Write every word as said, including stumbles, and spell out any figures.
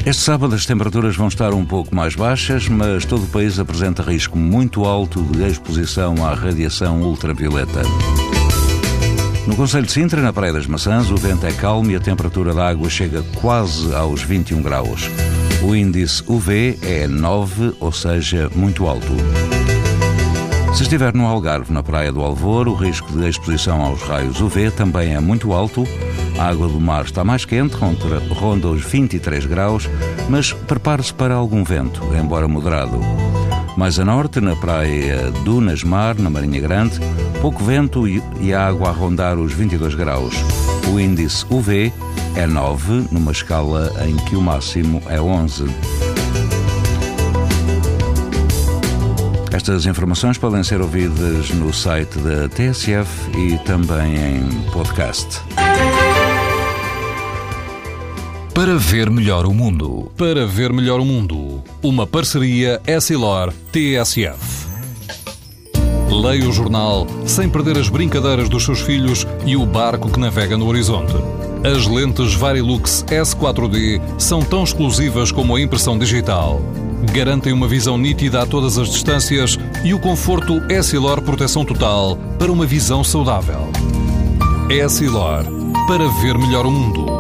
Este sábado as temperaturas vão estar um pouco mais baixas, mas todo o país apresenta risco muito alto de exposição à radiação ultravioleta. No concelho de Sintra, na Praia das Maçãs, o vento é calmo e a temperatura da água chega quase aos vinte e um graus. O índice U V é nove, ou seja, muito alto. Se estiver no Algarve, na Praia do Alvor, o risco de exposição aos raios U V também é muito alto. A água do mar está mais quente, ronda os vinte e três graus, mas prepare-se para algum vento, embora moderado. Mais a norte, na praia Dunas Mar, na Marinha Grande, pouco vento e a água a rondar os vinte e dois graus. O índice U V é nove, numa escala em que o máximo é onze. Estas informações podem ser ouvidas no site da T S F e também em podcast. Para ver melhor o mundo. Para ver melhor o mundo. Uma parceria Essilor-T S F. Leia o jornal sem perder as brincadeiras dos seus filhos e o barco que navega no horizonte. As lentes Varilux S quatro D são tão exclusivas como a impressão digital. Garantem uma visão nítida a todas as distâncias e o conforto Essilor Proteção Total para uma visão saudável. Essilor, para ver melhor o mundo.